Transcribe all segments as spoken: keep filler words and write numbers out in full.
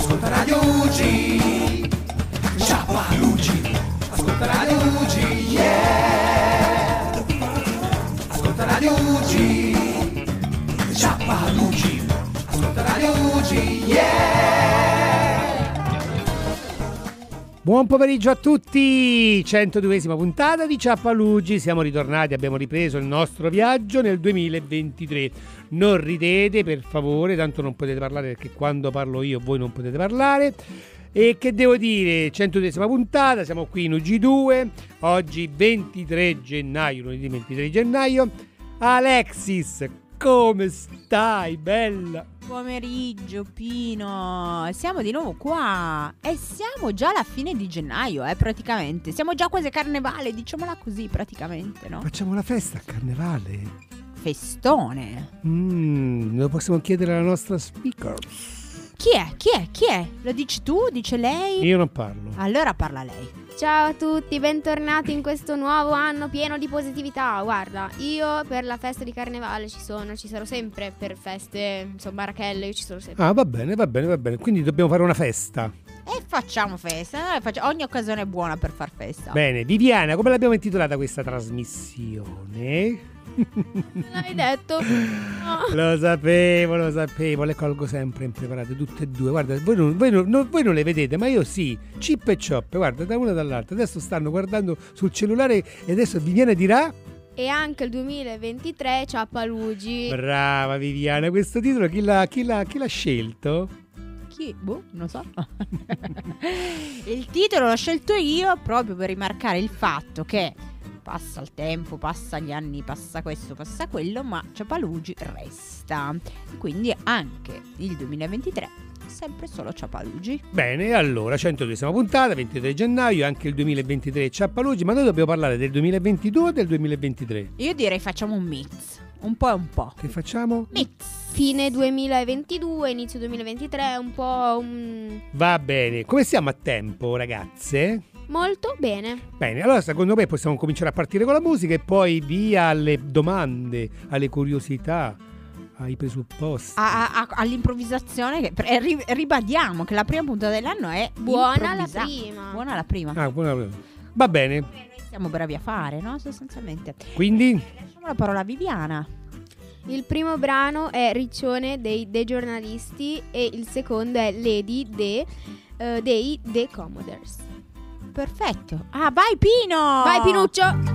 ascolta Radio U G, Ciappa U G, ascolta Radio U G, yeah. Ascolta Radio U G, Ciappa U G, ascolta Radio U G, yeah. Buon pomeriggio a tutti, centoduesima puntata di Ciappalugi, siamo ritornati, abbiamo ripreso il nostro viaggio nel duemilaventitré. Non ridete per favore, tanto non potete parlare perché quando parlo io voi non potete parlare. E che devo dire, centoduesima puntata, siamo qui in U G due, oggi ventitré gennaio, lunedì ventitré gennaio. Alexis, come stai, bella? Pomeriggio Pino, siamo di nuovo qua e siamo già alla fine di gennaio, eh, praticamente. Siamo già quasi a carnevale, diciamola così, praticamente, no? Facciamo la festa a carnevale. Festone. Mm, lo possiamo chiedere alla nostra speaker. Chi è? Chi è? Chi è? Lo dici tu? Dice lei? Io non parlo. Allora parla lei. Ciao a tutti, bentornati in questo nuovo anno pieno di positività. Guarda, io per la festa di carnevale ci sono, ci sarò sempre. Per feste, insomma, barachelle, io ci sono sempre. Ah, va bene, va bene, va bene. Quindi dobbiamo fare una festa. E facciamo festa, eh, faccia- ogni occasione è buona per far festa. Bene, Viviana, come l'abbiamo intitolata questa trasmissione? L'hai detto? No. Lo sapevo, lo sapevo, le colgo sempre impreparate tutte e due. Guarda, voi non, voi, non, voi non le vedete, ma io sì. Chip e Chop, guarda, da una e dall'altra. Adesso stanno guardando sul cellulare e adesso Viviana dirà... E anche il duemilaventitré Ciappalugi. Brava Viviana, questo titolo chi l'ha, chi l'ha, chi l'ha scelto? Chi? Boh, non so. Il titolo l'ho scelto io proprio per rimarcare il fatto che passa il tempo, passa gli anni, passa questo, passa quello, ma Ciappalugi resta. Quindi anche il duemilaventitré sempre solo Ciappalugi. Bene, allora, centoduesima puntata, ventitré gennaio, anche il duemilaventitré Ciappalugi, ma noi dobbiamo parlare del duemilaventidue o del duemilaventitré? Io direi facciamo un mix, un po' e un po'. Che facciamo? Mix. Fine duemilaventidue, inizio duemilaventitré, un po' un... Va bene, come siamo a tempo, ragazze? Molto bene. Bene, allora secondo me possiamo cominciare a partire con la musica e poi via alle domande, alle curiosità, ai presupposti. A, a, all'improvvisazione, che, e ri, ribadiamo che la prima puntata dell'anno è Buona la improvvisa- prima. Buona la prima. Ah, buona. Va bene, Noi siamo bravi a fare, no? Sostanzialmente. quindi Lasciamo la parola a Viviana. Il primo brano è Riccione dei The Giornalisti e il secondo è Lady de, eh, dei The Commodores. Perfetto. Ah, vai Pino! Vai Pinuccio!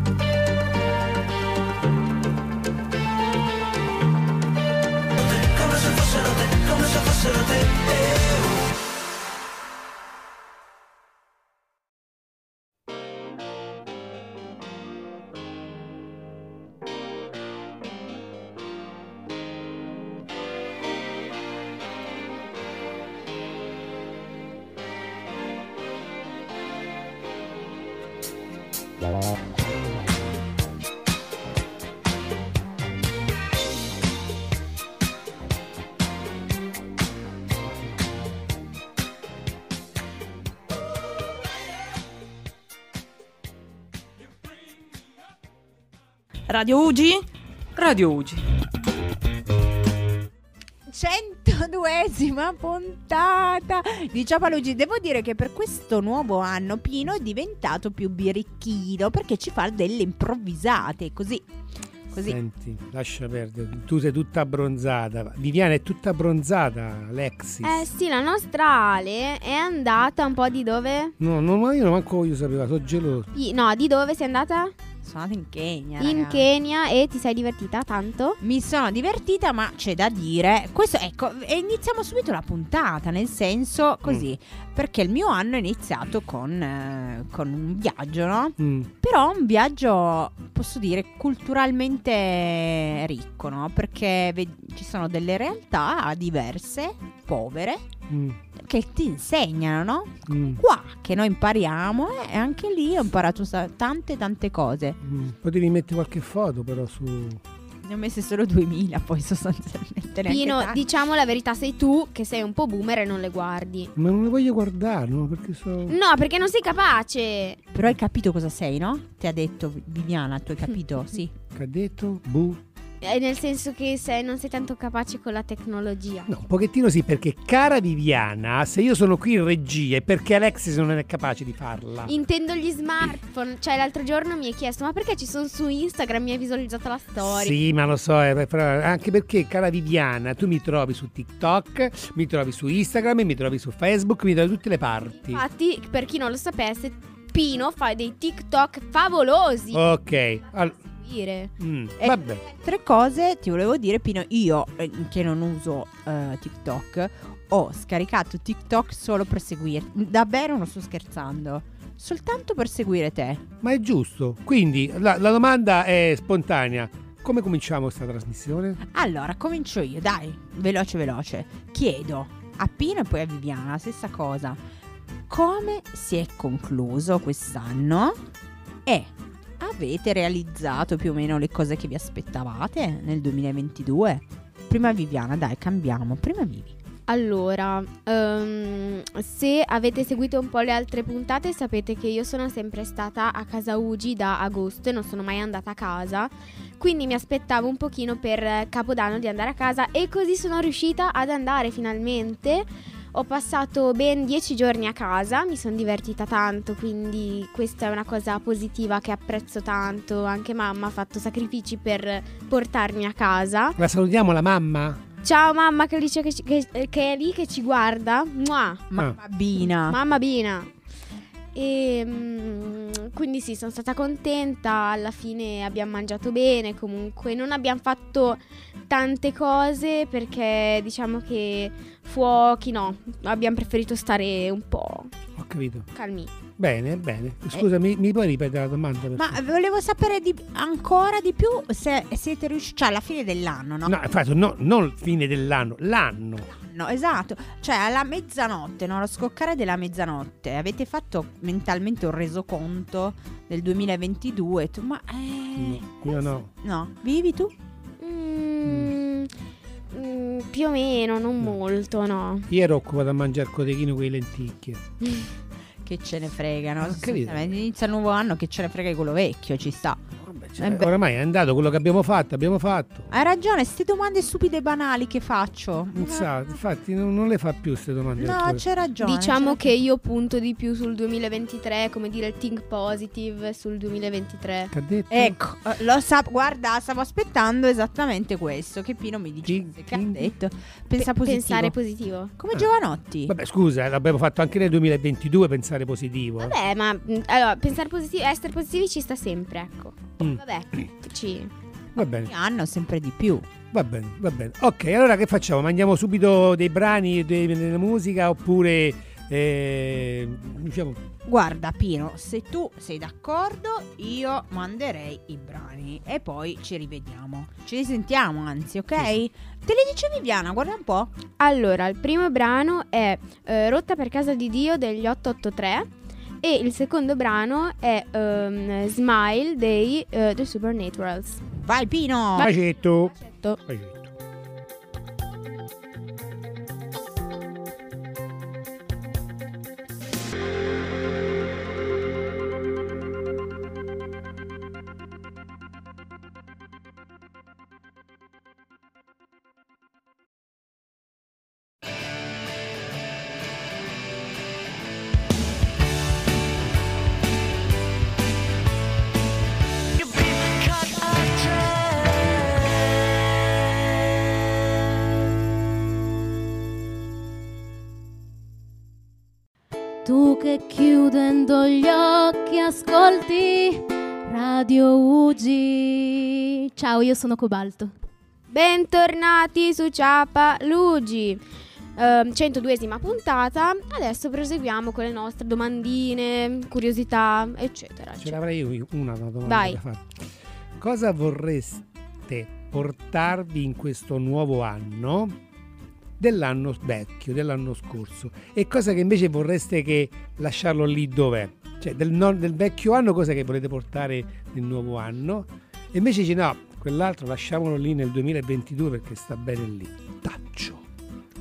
Radio U G? Radio U G. centoduesima puntata di Ciappalugi. Devo dire che per questo nuovo anno Pino è diventato più birichino perché ci fa delle improvvisate così. Così. Senti, lascia perdere, tu sei tutta abbronzata. Viviana è tutta abbronzata, Alexis. Eh sì, la nostra Ale è andata un po' di dove? No, no, ma io non manco voglio sapere, sono geloso. Di- no, di dove sei andata? Sono andata in Kenya. In raga. Kenya. E ti sei divertita tanto? Mi sono divertita, ma c'è da dire questo, ecco, e iniziamo subito la puntata, nel senso così, mm. perché il mio anno è iniziato con, eh, con un viaggio, no? Mm. Però un viaggio, posso dire, culturalmente ricco, no? Perché ve- ci sono delle realtà diverse, povere, Mm. che ti insegnano, no? Mm. Qua che noi impariamo, e anche lì ho imparato sa- tante tante cose. Mm. Potevi mettere qualche foto però su... Ne ho messe solo duemila poi sostanzialmente. neanche Pino, tante. diciamo la verità, sei tu che sei un po' boomer e non le guardi. Ma non le voglio guardare, no? Perché so... No, perché non sei capace. Però hai capito cosa sei, no? Ti ha detto Viviana, tu hai capito? Sì. Che ha detto? Bu? Eh, nel senso che sei, non sei tanto capace con la tecnologia. No, un pochettino sì, perché cara Viviana, se io sono qui in regia è perché Alexis non è capace di farla. Intendo gli smartphone. Cioè l'altro giorno mi hai chiesto ma perché ci sono su Instagram, mi hai visualizzato la storia. Sì, ma lo so, eh, però anche perché, cara Viviana, tu mi trovi su TikTok, mi trovi su Instagram, mi trovi su Facebook, mi trovi da tutte le parti. Infatti, per chi non lo sapesse, Pino fa dei TikTok favolosi. Ok, allora, Dire. mm, E- vabbè. Tre cose ti volevo dire, Pino. Io, eh, che non uso eh, TikTok, ho scaricato TikTok solo per seguire. Davvero non sto scherzando. Soltanto per seguire te. Ma è giusto. Quindi la, la domanda è spontanea. Come cominciamo questa trasmissione? Allora, comincio io, dai, veloce veloce. Chiedo a Pino e poi a Viviana la stessa cosa. Come si è concluso quest'anno? E avete realizzato più o meno le cose che vi aspettavate nel duemilaventidue? Prima Viviana, dai, cambiamo. Prima Vivi. Allora, ehm, se avete seguito un po' le altre puntate sapete che io sono sempre stata a casa Ugi da agosto e non sono mai andata a casa, quindi mi aspettavo un pochino per Capodanno di andare a casa e così sono riuscita ad andare finalmente. Ho passato ben dieci giorni a casa, mi sono divertita tanto, quindi questa è una cosa positiva che apprezzo tanto. Anche mamma ha fatto sacrifici per portarmi a casa. La salutiamo la mamma? Ciao mamma che, dice che, ci- che- che è lì che ci guarda. Mua. Mamma Bina. Mamma Bina. E mm, quindi sì, sono stata contenta. Alla fine abbiamo mangiato bene. Comunque non abbiamo fatto tante cose perché diciamo che fuochi no. Abbiamo preferito stare un po' Ho capito. calmi. Bene, bene. Scusa, mi, mi puoi ripetere la domanda? per Ma favore? volevo sapere di- ancora di più se siete riusciti, cioè alla fine dell'anno, no? No, infatti, no, non fine dell'anno, l'anno. No, esatto, cioè alla mezzanotte, no? Allo scoccare della mezzanotte avete fatto mentalmente un resoconto del duemilaventidue. Tu, ma eh, No, io no. no, vivi tu? Mm, mm, più o meno, non molto, no. Io ero occupato a mangiare il cotechino con le lenticchie. Che ce ne fregano. Ho capito. Inizia il nuovo anno, che ce ne frega di quello vecchio, ci sta. Vabbè, cioè, Eh beh. oramai è andato quello che abbiamo fatto, abbiamo fatto. Hai ragione, ste domande stupide e banali che faccio. Non sa, infatti non, non le fa più queste domande. No, alcune. c'è ragione. Diciamo c'è che io punto di più sul duemilaventitré, come dire il think positive sul duemilaventitré. Che ha detto? Ecco, eh, lo sa, guarda, stavo aspettando esattamente questo. Che Pino mi dice Chi- che ha chi- detto. Pensa Pe- positivo. Pensare positivo. Come Ah. Giovanotti. Vabbè, scusa, eh, l'abbiamo fatto anche nel duemilaventidue pensare positivo. eh. Vabbè, ma mh, allora, pensare positivo, essere positivi ci sta sempre, ecco. Mm. Vabbè, ci... Va bene, Ogni anno sempre di più. va bene, va bene. Ok, allora che facciamo? Mandiamo subito dei brani de- della musica oppure eh, diciamo Guarda Pino, se tu sei d'accordo io manderei i brani e poi ci rivediamo. Ci risentiamo anzi, ok? Sì, Te li dice Viviana, guarda un po'. Allora, il primo brano è eh, Rotta per casa di Dio degli otto otto tre e il secondo brano è ehm, Smile dei eh, The Supernaturals. Vai Pino. bacetto. Accetto. Bacetto. Tu che chiudendo gli occhi ascolti Radio Ugi. Ciao, io sono Cobalto. Bentornati su Ciapa Lugi, Ehm, centoduesima puntata. Adesso proseguiamo con le nostre domandine, curiosità, eccetera. Ce eccetera. l'avrei io una, una domanda Vai. da fare. Cosa vorreste portarvi in questo nuovo anno dell'anno vecchio, dell'anno scorso? E cosa che invece vorreste che lasciarlo lì dov'è? Cioè del, no- del vecchio anno cosa che volete portare nel nuovo anno? E invece dici no, quell'altro lasciamolo lì nel duemilaventidue perché sta bene lì. Taccio. Chi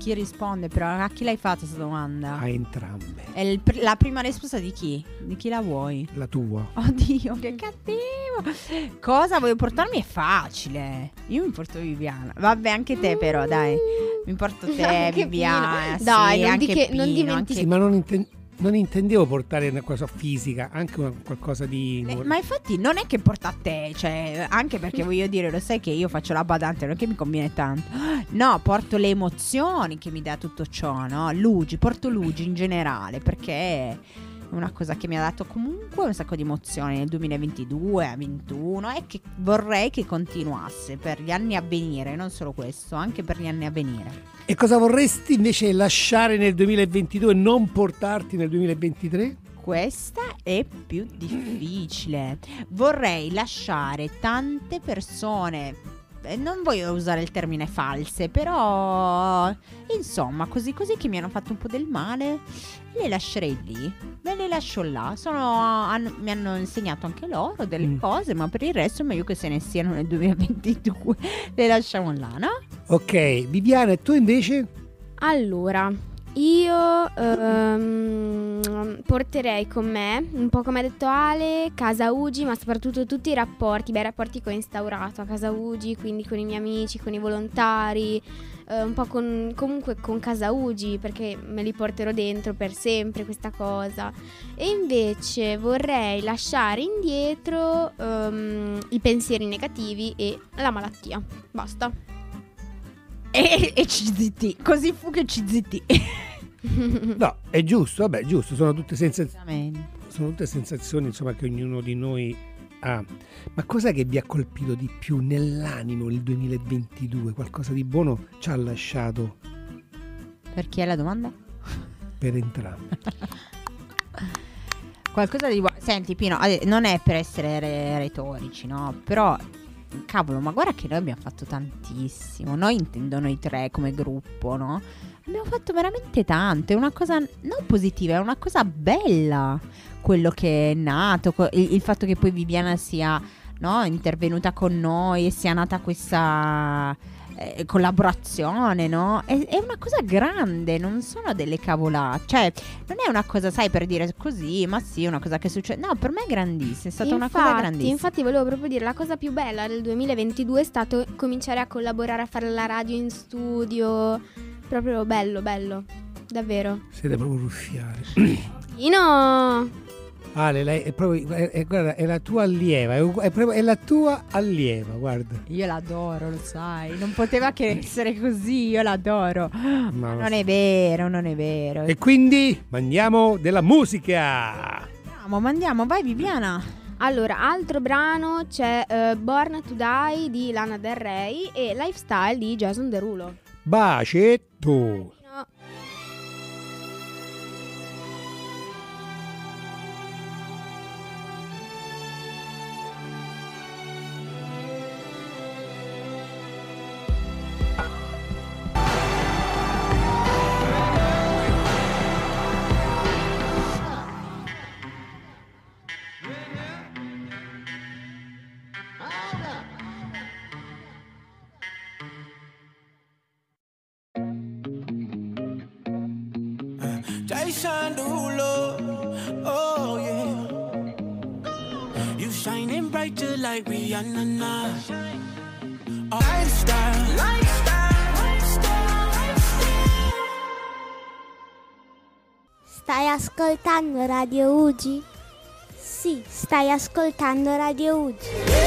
chi risponde, però a chi l'hai fatta questa domanda? A entrambe. È il pr- la prima risposta di chi? Di chi la vuoi? La tua. Oddio, che cattivo. Cosa voglio portarmi? È facile. Io mi porto Viviana. Vabbè, anche te però, dai. Mi porto te, Anche Viviana. Pino. Dai, sì, non anche di che- non Pino, dimentichi- Sì, anche- ma non, inten- non intendevo portare una cosa fisica, anche una- qualcosa di... Eh, ma infatti non è che porta a te, cioè, anche perché voglio dire, lo sai che io faccio la badante, non è che mi conviene tanto. No, porto le emozioni che mi dà tutto ciò, no? Luigi, porto Luigi in generale, perché è una cosa che mi ha dato comunque un sacco di emozioni nel duemilaventidue, ventuno, e che vorrei che continuasse per gli anni a venire, non solo questo, anche per gli anni a venire. E cosa vorresti invece lasciare nel duemilaventidue e non portarti nel duemilaventitré? Questa è più difficile. Vorrei lasciare tante persone, eh, non voglio usare il termine false, però insomma così così che mi hanno fatto un po' del male, le lascerei lì, me le lascio là. Sono, hanno- mi hanno insegnato anche loro delle Mm. cose, ma per il resto è meglio che se ne siano nel duemilaventidue. Le lasciamo là, no? Ok, Viviana, e tu invece? Allora, io ehm, porterei con me, un po' come ha detto Ale, Casa Ugi, ma soprattutto tutti i rapporti, beh, i rapporti che ho instaurato a Casa Ugi, quindi con i miei amici, con i volontari, eh, un po' con, comunque con Casa Ugi, perché me li porterò dentro per sempre questa cosa. E invece vorrei lasciare indietro ehm, i pensieri negativi e la malattia. Basta. E, e C Z T, così fu che C Z T. No, è giusto, vabbè, giusto, sono tutte sensazioni, Esattamente. sono tutte sensazioni insomma che ognuno di noi ha. Ma cos'è che vi ha colpito di più nell'animo il duemilaventidue? Qualcosa di buono ci ha lasciato Per chi è la domanda? per entrambi. Qualcosa di buono. Senti Pino, ade- non è per essere re- retorici, no? Però, cavolo, ma guarda che noi abbiamo fatto tantissimo. Noi intendo noi tre come gruppo, no? Abbiamo fatto veramente tanto. È una cosa non positiva, è una cosa bella quello che è nato. co- Il, il fatto che poi Viviana sia, no, intervenuta con noi e sia nata questa eh, collaborazione, no? È, è una cosa grande, non sono delle cavolate. Cioè, non è una cosa, sai, per dire così, ma sì, è una cosa che succede. No, per me è grandissima, è stata una cosa Infatti, grandissima. infatti volevo proprio dire, la cosa più bella del duemilaventidue è stato cominciare a collaborare, a fare la radio in studio. Proprio bello, bello, davvero. Siete proprio ruffiani. Ino! Ale, lei è proprio, è, è- guarda, è la tua allieva, è, ugu- è proprio, è la tua allieva, guarda. Io l'adoro, lo sai. Non poteva che essere così, io l'adoro. Ma Non è vero, non è vero. E quindi mandiamo della musica. Andiamo, mandiamo, vai Viviana. Allora, altro brano c'è eh, Born to Die di Lana Del Rey e Lifestyle di Jason Derulo. Bacetto. No. Jason Derulo, oh yeah. You shining brighter like Rihanna now. Oh, lifestyle, lifestyle, lifestyle, lifestyle. Stai ascoltando Radio Ugi? Sì, stai ascoltando Radio Ugi.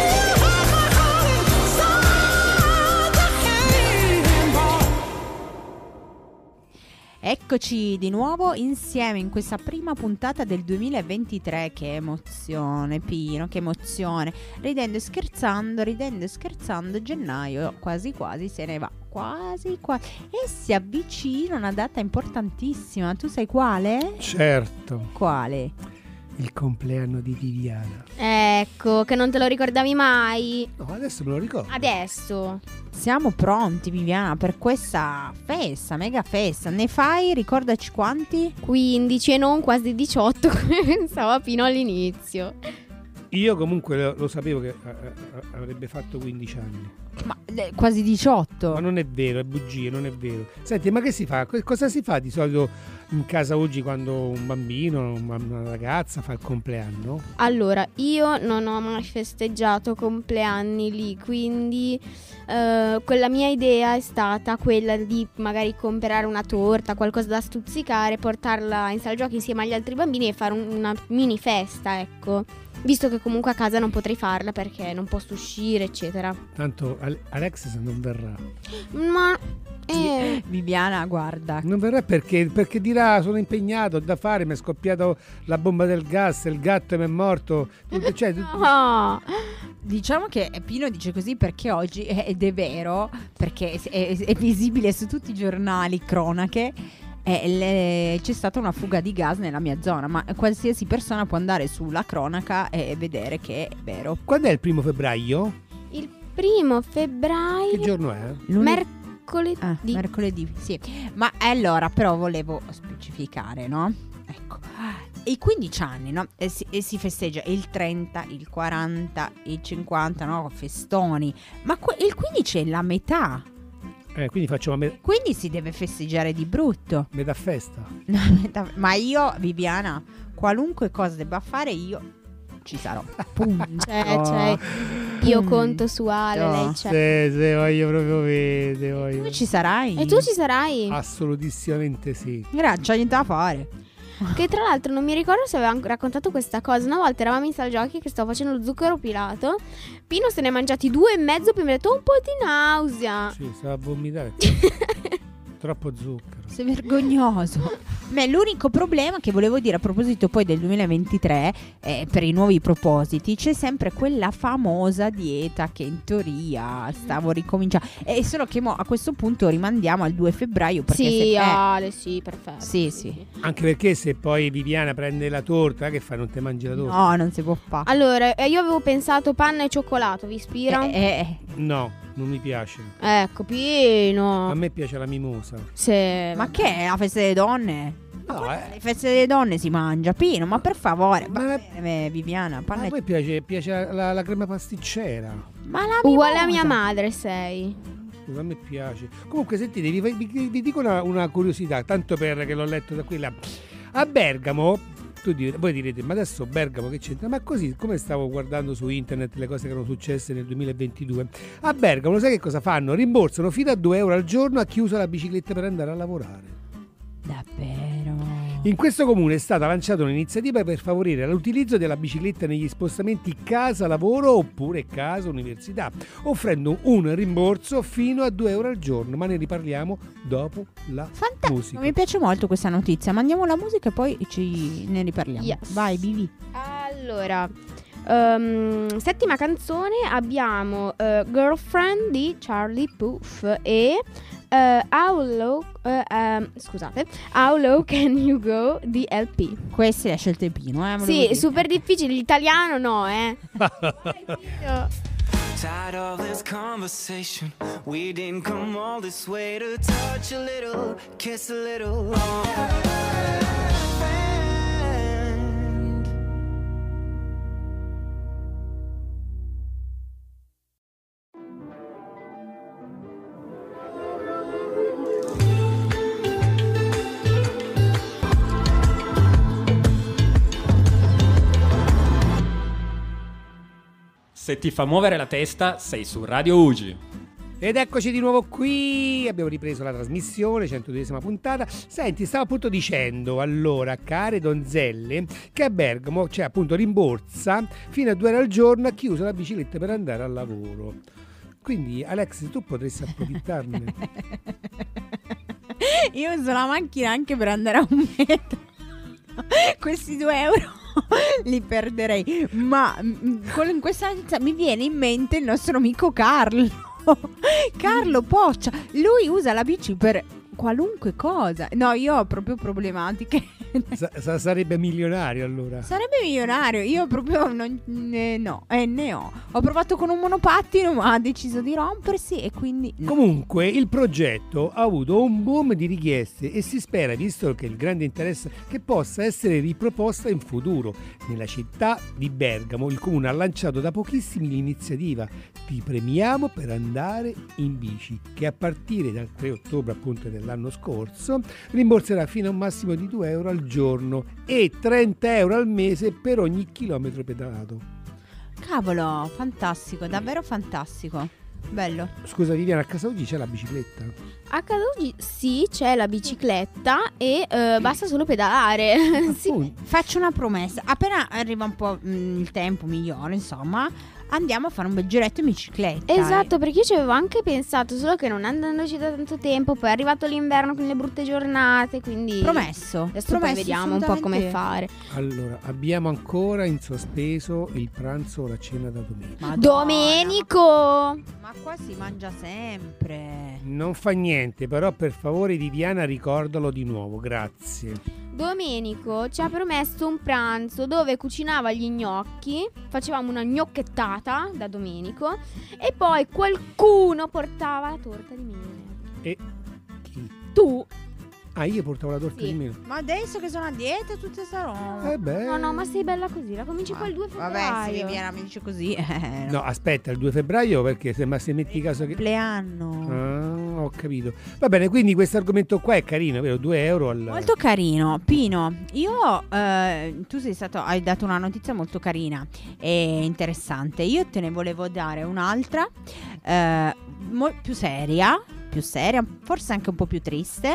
Eccoci di nuovo insieme in questa prima puntata del duemilaventitré. Che emozione, Pino, che emozione. Ridendo e scherzando, ridendo e scherzando, gennaio quasi quasi se ne va. Quasi quasi. E si avvicina una data importantissima. Tu sai quale? Certo, Quale? il compleanno di Viviana. Ecco, che non te lo ricordavi mai. No, adesso me lo ricordo. Adesso. Siamo pronti, Viviana, per questa festa, mega festa. Ne fai? Ricordaci quanti? quindici e non quasi diciotto come pensava Pino all'inizio. Io comunque lo, lo sapevo che eh, eh, avrebbe fatto quindici anni. Ma eh, quasi diciotto. esatto. Ma non è vero, è bugie, non è vero. Senti, ma che si fa? Co- Cosa si fa di solito in casa oggi quando un bambino, una una ragazza fa il compleanno? Allora, io non ho mai festeggiato compleanni lì, quindi eh, quella mia idea è stata quella di magari comprare una torta, qualcosa da stuzzicare, portarla in sala giochi insieme agli altri bambini e fare un- una mini festa, ecco. Visto che comunque a casa non potrei farla perché non posso uscire, eccetera. Tanto Al- Alexis non verrà. Ma eh, Viviana, guarda. Non verrà perché, perché dirà sono impegnato, ho da fare, mi è scoppiato la bomba del gas, il gatto mi è morto. Cioè, no. Diciamo che Pino dice così perché oggi, ed è vero, perché è, è- è visibile su tutti i giornali, cronache, eh, le- c'è stata una fuga di gas nella mia zona, ma qualsiasi persona può andare sulla cronaca e vedere che è vero. quando è il primo febbraio? Il primo Che febbraio, giorno è? Luni- mercoledì. Ah, mercoledì, sì. Ma allora, però volevo specificare, no? Ecco. I quindici anni, no? E si, e si festeggia il trenta, il quaranta, il cinquanta, no? Festoni. Ma que- il quindici è la metà. Eh, quindi facciamo me- Quindi si deve festeggiare di brutto. metà festa. Ma io, Viviana, qualunque cosa debba fare, io ci sarò. Punto. Cioè, cioè, io Punto. conto su Ale, lei Sì, c'è. sì, voglio proprio vedere. Voglio... Tu ci sarai? E tu ci sarai? Assolutissimamente sì. Grazie, c'è niente da fare. Che tra l'altro non mi ricordo se avevamo raccontato questa cosa. Una volta eravamo in sala giochi che stavo facendo lo zucchero pilato. Pino se ne è mangiati due e mezzo, poi mi ha detto "Ho un po' di nausea". Sì, stava a vomitare. Troppo zucchero. Sei vergognoso. Ma l'unico problema che volevo dire a proposito poi del duemilaventitré, eh, per i nuovi propositi, c'è sempre quella famosa dieta che in teoria stavo ricominciando. È solo che mo a questo punto rimandiamo al due febbraio. Perché Sì, se, eh, Ale, sì, perfetto. sì, sì. Anche perché se poi Viviana prende la torta, che fai? Non te mangi la torta? No, non si può fare. Allora, eh, io avevo pensato panna e cioccolato, vi ispira? Eh, eh, No, non mi piace. Ecco, Pino. A me piace la mimosa. Sì, ma che è la festa delle donne? No, Le eh. feste delle donne si mangia, Pino, ma per favore. Ma- Va bene, Viviana, panna A e- me piace, piace la, la crema pasticcera. Ma la Uguale a mimosa. mia madre sei. Scusa, a me piace. Comunque, sentite, vi, vi- vi dico una, una curiosità, tanto per che l'ho letto da qui là. A Bergamo, tu direte, voi direte, ma adesso Bergamo che c'entra? Ma così, come stavo guardando su internet le cose che erano successe nel duemilaventidue, a Bergamo, lo sai che cosa fanno? Rimborsano fino a due euro al giorno a chi usa la bicicletta per andare a lavorare. Davvero? In questo comune è stata lanciata un'iniziativa per favorire l'utilizzo della bicicletta negli spostamenti casa-lavoro oppure casa-università, offrendo un rimborso fino a due euro al giorno, ma ne riparliamo dopo la Fantastico, musica. mi piace molto questa notizia. Mandiamo la musica e poi ci ne riparliamo. Yes. Vai, Vivi. Allora, ehm, settima canzone abbiamo eh, Girlfriend di Charlie Puth e eh, How Low, eh, ehm, scusate, How Low Can You Go di L P. Queste le ha scelte Pino, eh? volevo Sì, dire. super difficile, l'italiano no, eh. Tired of this conversation. We didn't come all this way to touch a little, kiss a little. Se ti fa muovere la testa, sei su Radio Ugi. Ed eccoci di nuovo qui, abbiamo ripreso la trasmissione, centoduesima puntata. Senti, stavo appunto dicendo, allora, care donzelle, che a Bergamo c'è appunto rimborsa fino a due euro al giorno a chi usa la bicicletta per andare al lavoro. Quindi, Alex, tu potresti approfittarne. Io uso la macchina anche per andare a un metro. Questi due euro li perderei. Ma mm, con- in questa mi viene in mente il nostro amico Carlo. Carlo Poccia. Lui usa la bici per qualunque cosa. No, io ho proprio problematiche Sa- sa- sarebbe milionario allora. Sarebbe milionario. Io proprio non, ne, no, eh, ne ho. Ho provato con un monopattino, ma ha deciso di rompersi e quindi no. Comunque il progetto ha avuto un boom di richieste e si spera, visto che il grande interesse, che possa essere riproposta in futuro. Nella città di Bergamo il comune ha lanciato da pochissimi l'iniziativa Ti premiamo per andare in bici, che a partire dal tre ottobre appunto dell'anno scorso rimborserà fino a un massimo di due euro al giorno e trenta euro al mese per ogni chilometro pedalato. Cavolo, fantastico, davvero fantastico. Bello. Scusa Viviana, a casa oggi c'è la bicicletta? A casa oggi sì, c'è la bicicletta e eh, basta solo pedalare. Sì. Appunto. Faccio una promessa. Appena arriva un po' mh, il tempo migliore, insomma, andiamo a fare un bel giretto in bicicletta. Esatto, perché io ci avevo anche pensato, solo che non andandoci da tanto tempo, poi è arrivato l'inverno con le brutte giornate, quindi Promesso. adesso promesso, poi vediamo un po' come assolutamente. fare. Allora, abbiamo ancora in sospeso il pranzo o la cena da domenica. Madonna, Domenico! Ma, ma qua si mangia sempre. Non fa niente, però per favore Viviana ricordalo di nuovo, grazie. Domenico ci ha promesso un pranzo dove cucinava gli gnocchi, facevamo una gnocchettata da Domenico e poi qualcuno portava la torta di mele. E chi? Tu? Ah, io portavo la torta Sì. di mele. Ma adesso che sono a dieta, tutta sta roba. Eh beh. No, no, ma sei bella così, la cominci poi il due febbraio. Vabbè, se Viviana mi dice così. Eh, No, aspetta, il due febbraio perché se, ma se metti caso che... compleanno. Ah, ho capito. Va bene, quindi questo argomento qua è carino, vero? due euro al... Molto carino. Pino, io eh, tu sei stato, hai dato una notizia molto carina e interessante. Io te ne volevo dare un'altra eh, mo- più seria, più seria, forse anche un po' più triste,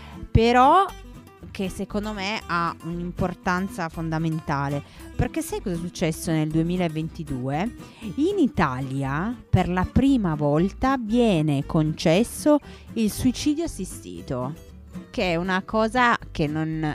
però che secondo me ha un'importanza fondamentale. Perché sai cosa è successo nel duemilaventidue? In Italia per la prima volta viene concesso il suicidio assistito, che è una cosa che non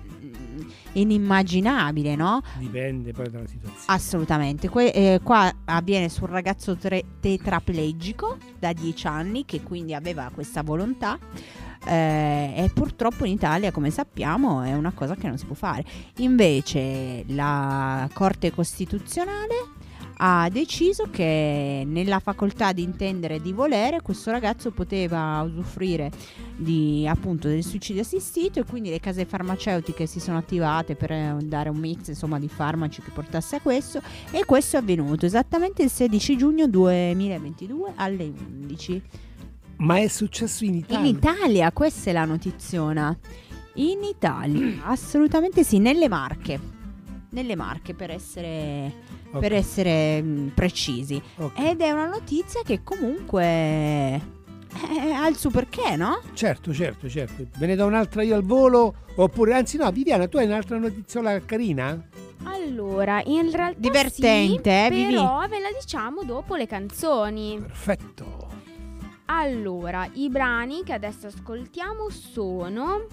inimmaginabile, no? Dipende poi dalla situazione. Assolutamente. Que- eh, qua avviene su un ragazzo tre- tetraplegico da dieci anni che quindi aveva questa volontà. Eh, e purtroppo in Italia, come sappiamo, è una cosa che non si può fare. Invece la Corte Costituzionale ha deciso che nella facoltà di intendere e di volere questo ragazzo poteva usufruire di, appunto, del suicidio assistito, e quindi le case farmaceutiche si sono attivate per eh, dare un mix, insomma, di farmaci che portasse a questo, e questo è avvenuto esattamente il sedici giugno duemilaventidue alle undici. Ma è successo in Italia? In Italia, questa è la notiziona. In Italia, assolutamente sì, nelle Marche. Nelle Marche, per essere, Ok. per essere mh, precisi. Ok. Ed è una notizia che comunque eh, ha il suo perché, no? Certo, certo, certo. Ve ne do un'altra io al volo? Oppure, anzi no, Viviana, tu hai un'altra notiziola carina? Allora, in realtà Divertente, sì, eh, Vivi? però ve la diciamo dopo le canzoni. Perfetto. Allora, i brani che adesso ascoltiamo sono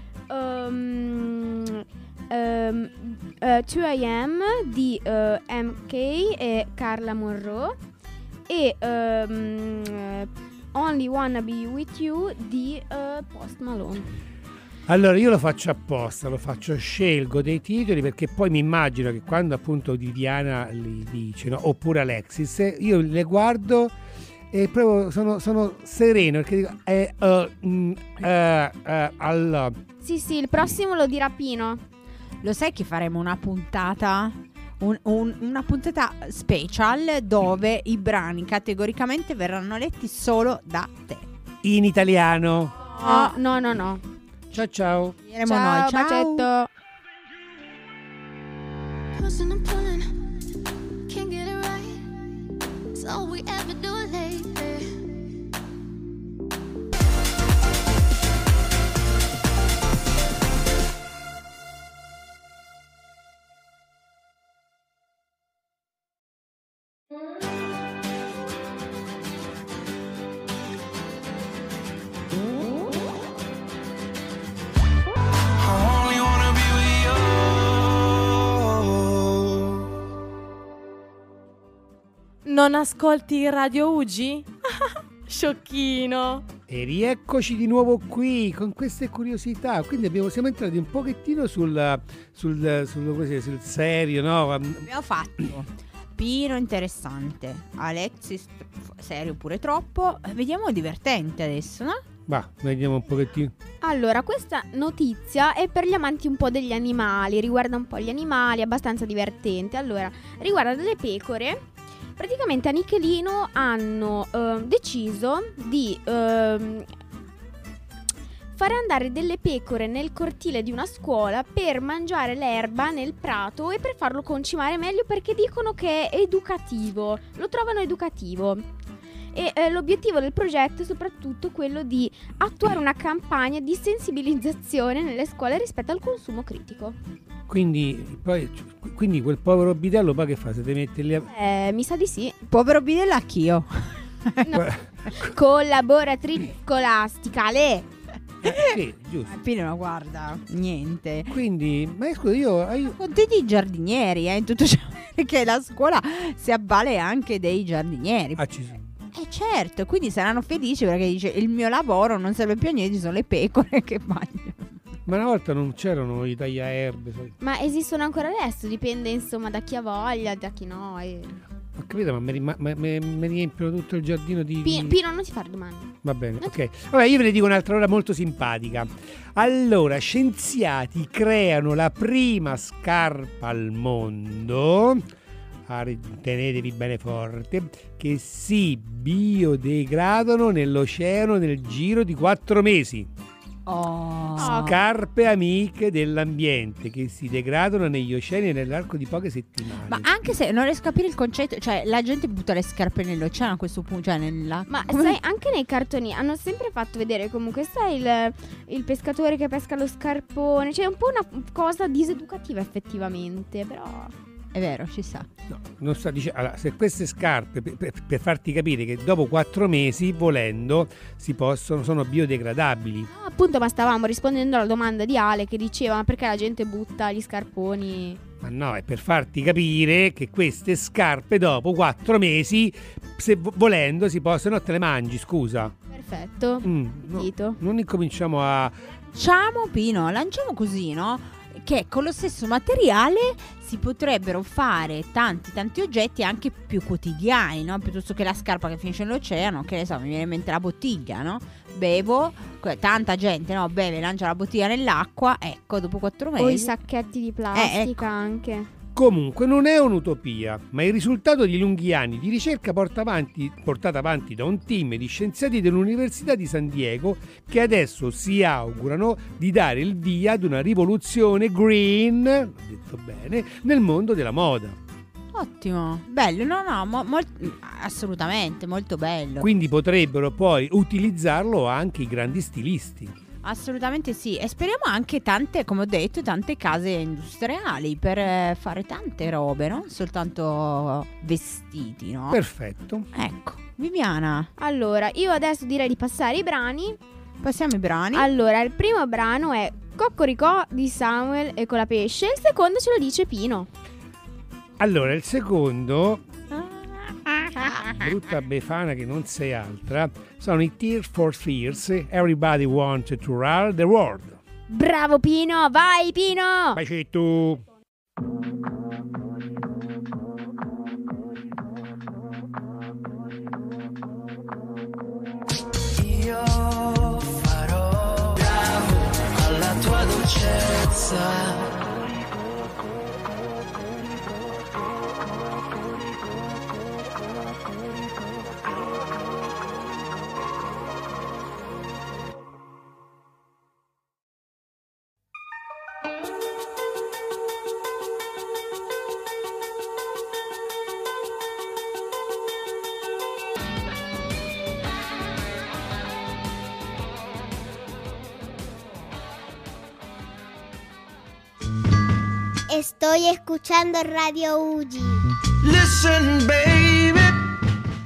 um, um, uh, due a m di uh, M K e Carla Monroe e um, uh, Only Wanna Be With You di uh, Post Malone. Allora io lo faccio apposta, lo faccio, scelgo dei titoli perché poi mi immagino che quando appunto Viviana li dice, no? Oppure Alexis, io le guardo e proprio sono, sono sereno perché dico eh, uh, mm, eh, eh, allora. Sì, sì, il prossimo lo dirà Pino. Lo sai che faremo una puntata, un- un- una puntata special dove i brani categoricamente verranno letti solo da te. In italiano. No, no, no, no. Ciao ciao. Diremo Ciao, noi. Ciao. bacetto. Pushing and pulling, can't get it right. It's all we ever do lately. Only wanna be with you. Non ascolti Radio Ugi? Sciocchino. E rieccoci di nuovo qui con queste curiosità. Quindi abbiamo, siamo entrati un pochettino sul, sul, sul, così, sul serio, no? Abbiamo fatto Pino interessante, Alexis serio pure troppo. Vediamo divertente adesso, no? Va, vediamo un pochettino. Allora, questa notizia è per gli amanti un po' degli animali, riguarda un po' gli animali, è abbastanza divertente. Allora, riguarda delle pecore. Praticamente a Nichelino hanno eh, deciso di eh, fare andare delle pecore nel cortile di una scuola per mangiare l'erba nel prato e per farlo concimare meglio, perché dicono che è educativo, lo trovano educativo. E eh, l'obiettivo del progetto è soprattutto quello di attuare una campagna di sensibilizzazione nelle scuole rispetto al consumo critico. Quindi, poi, quindi quel povero bidello poi che fa? Se deve metterli a... Eh, mi sa di sì. Povero bidello anch'io. No. Collaboratrice scolastica, le. Eh, sì, giusto. Pino non guarda niente. Quindi, ma scusa, io... io... Contenti i giardinieri, eh, in tutto ciò, perché la scuola si avvale anche dei giardinieri. Ah, ci sono. Eh certo, quindi saranno felici perché dice il mio lavoro non serve più a niente, ci sono le pecore che mangiano. Ma una volta non c'erano i tagliaerbe. Sai? Ma esistono ancora adesso, dipende insomma da chi ha voglia, da chi no. E... Ho capito, ma mi, rima- ma- mi- mi riempiono tutto il giardino di... Pi- di- Pino, non ti fare domande. Va bene, ok. Vabbè, io ve ne dico un'altra ora molto simpatica. Allora, scienziati creano la prima scarpa al mondo, ah, tenetevi bene forte, che si biodegradano nell'oceano nel giro di quattro mesi. Oh. Scarpe amiche dell'ambiente che si degradano negli oceani nell'arco di poche settimane. Ma anche se non riesco a capire il concetto, cioè la gente butta le scarpe nell'oceano a questo punto, cioè nella... Ma come- sai, anche nei cartoni hanno sempre fatto vedere comunque, sai, il, il pescatore che pesca lo scarpone. Cioè è un po' una cosa diseducativa effettivamente, però... È vero, ci sa. No, non sto dicendo. Allora, se queste scarpe, per, per- per farti capire che dopo quattro mesi, volendo, si possono, sono biodegradabili. No, appunto, ma stavamo rispondendo alla domanda di Ale che diceva: ma perché la gente butta gli scarponi? Ma no, è per farti capire che queste scarpe dopo quattro mesi, se vo- volendo, si possono, te le mangi, scusa. Perfetto. Mm, no, Zito. non incominciamo a... Facciamo, Pino, lanciamo così, no? Che con lo stesso materiale si potrebbero fare tanti tanti oggetti anche più quotidiani, no? Piuttosto che la scarpa che finisce nell'oceano, che ne so, mi viene in mente la bottiglia, no? Bevo, que- tanta gente, no? Beve, lancia la bottiglia nell'acqua, ecco, dopo quattro mesi. O i sacchetti di plastica Eh, ecco. anche. Comunque non è un'utopia, ma il risultato di lunghi anni di ricerca porta avanti, portata avanti da un team di scienziati dell'Università di San Diego, che adesso si augurano di dare il via ad una rivoluzione green, ho detto bene, nel mondo della moda. Ottimo, bello, no no, mo- mol- assolutamente, molto bello. Quindi potrebbero poi utilizzarlo anche i grandi stilisti. Assolutamente sì, e speriamo anche tante, come ho detto, tante case industriali per eh, fare tante robe, non soltanto vestiti, no? Perfetto. Ecco, Viviana, Allora, io adesso direi di passare i brani. passiamo i brani. Allora, il primo brano è Coccoricò di Samuel e Colapesce. Il secondo ce lo dice Pino. Allora, il secondo, brutta befana che non sei altra, sono i Tears for Fears, Everybody Wants to Rule the World. Bravo Pino, vai Pino! Bacetto! Io farò bravo alla tua dolcezza. Estoy escuchando Radio Uji. Listen, baby.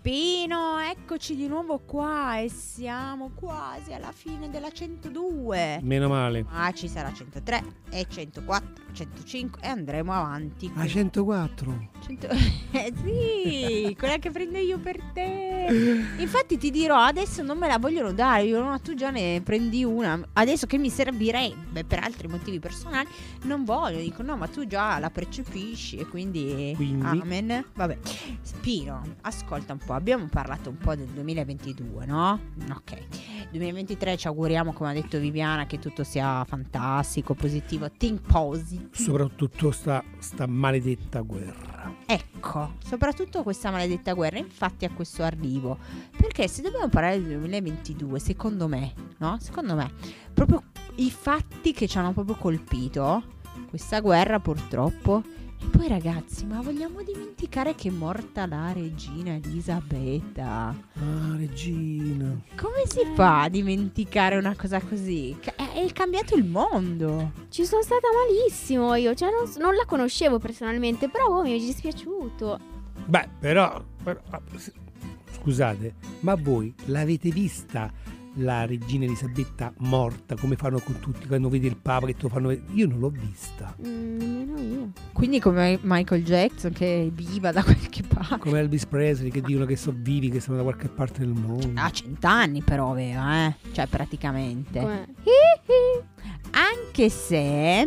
Pino, eccoci di nuovo qua e siamo quasi alla fine della centodue. Meno male. Ma ci sarà centotré e centoquattro, centocinque e andremo avanti. A centoquattro. cento Eh sì, quella che prendo io per te. Infatti ti dirò, adesso non me la vogliono dare. Io no, tu già ne prendi una. Adesso che mi servirebbe per altri motivi personali, non voglio. Dico no, ma tu già la percepisci e quindi, Quindi? amen. Vabbè, Spino, ascolta un po'. Abbiamo parlato un po' del duemilaventidue, no? Ok. duemilaventitré ci auguriamo, come ha detto Viviana, che tutto sia fantastico, positivo. Think positive. Soprattutto sta, sta maledetta guerra. Ecco, soprattutto questa maledetta guerra. Infatti a questo arrivo, perché se dobbiamo parlare del duemilaventidue, secondo me, no? Secondo me, proprio i fatti che ci hanno proprio colpito, questa guerra purtroppo. E poi ragazzi, ma vogliamo dimenticare che è morta la regina Elisabetta? Ah, regina. Come si fa a dimenticare una cosa così? È, è cambiato il mondo. Ci sono stata malissimo io, cioè non, non la conoscevo personalmente, però oh, mi è dispiaciuto. Beh, però, però ah, s- scusate, ma voi l'avete vista la regina Elisabetta morta, come fanno con tutti quando vedi il Papa che te lo fanno vedere? Io non l'ho vista. Mm, nemmeno io. Quindi come Michael Jackson che è viva da qualche parte. Come Elvis Presley che dicono che sono vivi, che sono da qualche parte del mondo. Ha cent'anni però aveva, eh? Cioè praticamente. Come? Anche se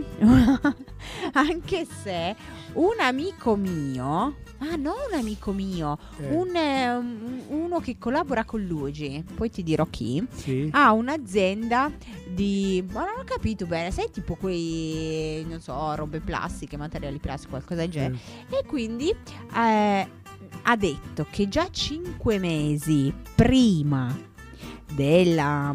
Anche se un amico mio, ah no un amico mio, Eh. un, eh, un- uno che collabora con Luigi, poi ti dirò chi, Sì. ha un'azienda di, ma non ho capito bene, sai tipo quei, non so, robe plastiche, materiali plastici, qualcosa del genere. E quindi eh, ha detto che già cinque mesi prima della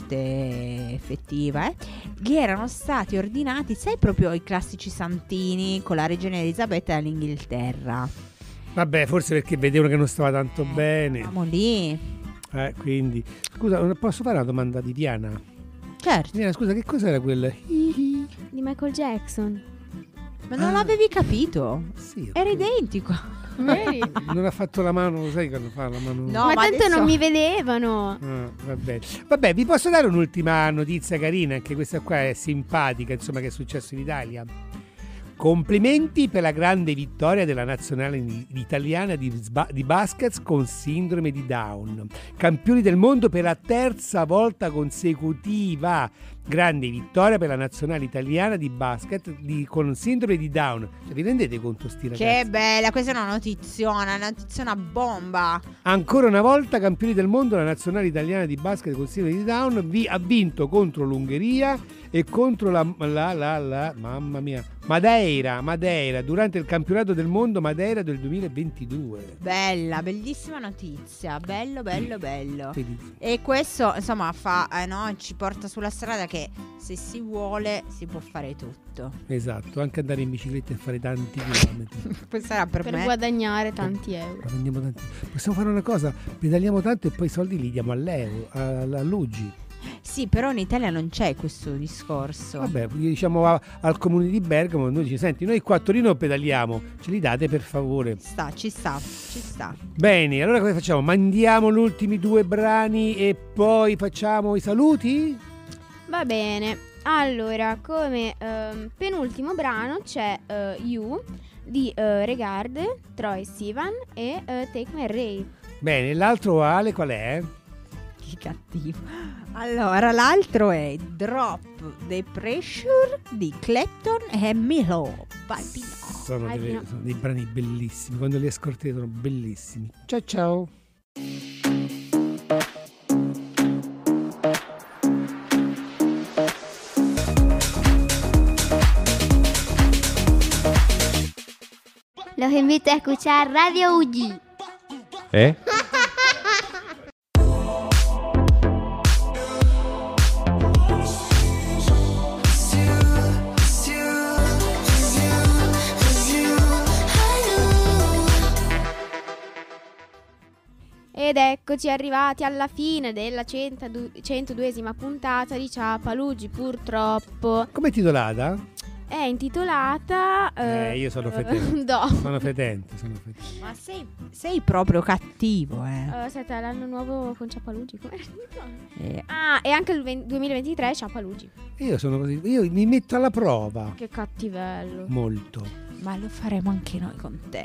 morte effettiva eh, gli erano stati ordinati, sai, proprio i classici santini con la regina Elisabetta dall'Inghilterra. Vabbè, forse perché vedevano che non stava tanto bene. Siamo lì. Eh, quindi. Scusa, non posso fare una domanda di Diana? Certo. Diana, scusa, che cos'era quel. Di Michael Jackson. Ma non Ah. l'avevi capito? Sì, ok. Era identico. Vedi? Non ha fatto la mano, lo sai quando fa la mano? No, ma ma tanto adesso- non mi vedevano. Ah, vabbè. Vabbè, vi posso dare un'ultima notizia carina, anche questa qua è simpatica, insomma, che è successo in Italia. Complimenti per la grande vittoria della nazionale in- italiana di, sba- di basket con sindrome di Down. Campioni del mondo per la terza volta consecutiva. Grande vittoria per la nazionale italiana di basket di- con sindrome di Down. Cioè, vi rendete conto sti ragazzi? Che bella, questa è una notiziona, una notiziona bomba. Ancora una volta campioni del mondo, la nazionale italiana di basket con sindrome di Down vi- ha vinto contro l'Ungheria e contro la, la, la, la mamma mia Madeira, Madeira durante il campionato del mondo Madeira del duemilaventidue. Bella, bellissima notizia. Bello, bello, bello. Vedi? E questo insomma fa, eh, no, ci porta sulla strada che se si vuole si può fare tutto. Esatto, anche andare in bicicletta e fare tanti chilometri. Poi sarà per, Per me. guadagnare tanti euro. Ma prendiamo tanti- Possiamo fare una cosa, pedaliamo tanto e poi i soldi li diamo all'euro, a- a Luigi. Sì, però in Italia non c'è questo discorso. Vabbè, gli diciamo a- al comune di Bergamo, noi dice, senti, noi qua a Torino pedaliamo, ce li date per favore. Sta, ci sta, ci sta. Bene, allora cosa facciamo? Mandiamo gli ultimi due brani e poi facciamo i saluti? Va bene. Allora, come ehm, penultimo brano c'è eh, You di eh, Regard, Troye Sivan e eh, Take My Ray. Bene, l'altro Ale qual è? Che cattivo. Allora, l'altro è Drop the Pressure di Clapton e Milo. Vai, Pino. Sono, Vai, delle- Pino. sono dei brani bellissimi, quando li ascolti sono bellissimi. Ciao ciao! Los invito a escuchar Radio U G. Eh? Ed eccoci arrivati alla fine della centoduesima puntata di Ciao Palugi, purtroppo. Come è titolata? è intitolata Eh, io sono fetente. no. Sono fetente, sono fetente. Ma sei, sei proprio cattivo, eh. Uh, aspetta, l'anno nuovo con Ciappalugi. Com'è? Eh, Ah, e anche il ven- duemilaventitré Ciappalugi. Io sono così, io mi metto alla prova. Che cattivello. Molto. ma lo faremo anche noi con te.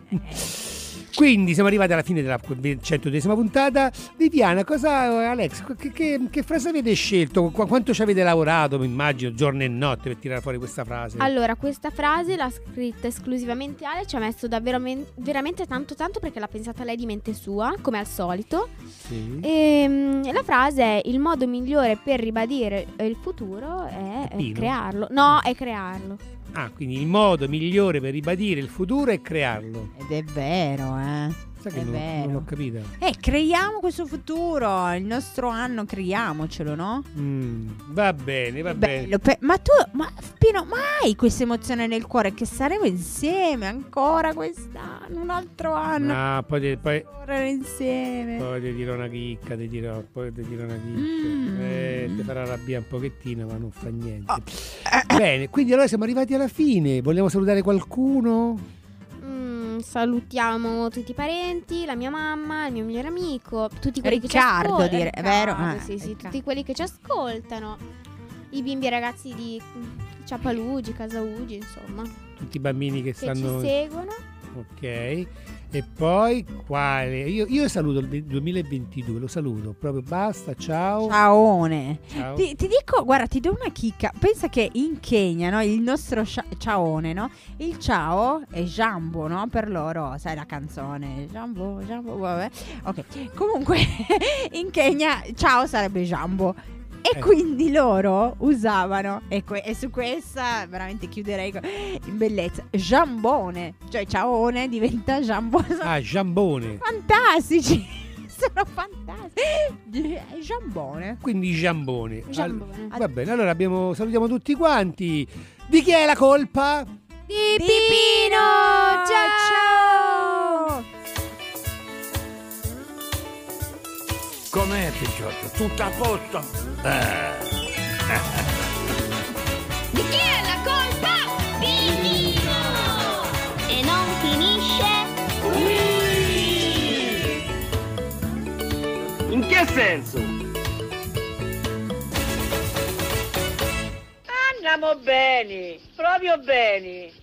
Quindi siamo arrivati alla fine della centodesima puntata. Viviana, cosa, Alex, che, che, che frase avete scelto? Qu- quanto ci avete lavorato, mi immagino, giorno e notte per tirare fuori questa frase? Allora, questa frase l'ha scritta esclusivamente Ale, ci ha messo davvero men- veramente tanto tanto perché l'ha pensata lei di mente sua, come al solito. Sì. E la frase è: il modo migliore per ribadire il futuro è eh, Pino. crearlo. No, è crearlo. Ah, quindi il modo migliore per ribadire il futuro è crearlo. Ed è vero, eh. Sai che È non, vero. non l'ho capita. Eh, creiamo questo futuro, il nostro anno creiamocelo, no? Mm, va bene, va bene. Bello, pe- ma tu, ma Pino, mai questa emozione nel cuore che saremo insieme ancora quest'anno, un altro anno, Ah, poi, ti- poi, correre insieme. poi ti dirò una chicca, ti dirò, poi ti dirò una chicca. Mm. Eh, ti farà arrabbiare un pochettino, ma non fa niente. Oh. Bene, quindi allora siamo arrivati alla fine. Vogliamo salutare qualcuno? Mm, salutiamo tutti i parenti, la mia mamma, il mio migliore amico, tutti quelli che ci Riccardo, ascoltano. dire- è vero? Riccardo, Ah, sì, sì, Riccardo. tutti quelli che ci ascoltano, i bimbi e ragazzi di Ciappalugi, Casaugi, insomma, Tutti i bambini che che stanno. ci seguono. Ok. E poi quale? Io, io saluto il duemilaventidue, lo saluto proprio, basta, ciao. Ciaone. Ciao. Ti, ti dico, guarda, ti do una chicca. Pensa che in Kenya, no, il nostro scia- ciaone, no? Il ciao è Jambo, no? Per loro, sai la canzone Jambo, Jambo, vabbè. Ok. Comunque in Kenya ciao sarebbe Jambo. E Eh. quindi loro usavano, e, que- e su questa veramente chiuderei co- in bellezza, jambone, cioè ciaone diventa jambo. Sono Ah, Giambone. fantastici, sono fantastici. Jambone. Quindi Giambone. Giambone. Al- va bene, allora abbiamo, salutiamo tutti quanti. Di chi è la colpa? Di Pipino! Ciao! Com'è, Picciotto? Tutto a posto? Eh. Di chi è la colpa? Di Pino! E non finisce qui! In che senso? Andiamo bene, proprio bene.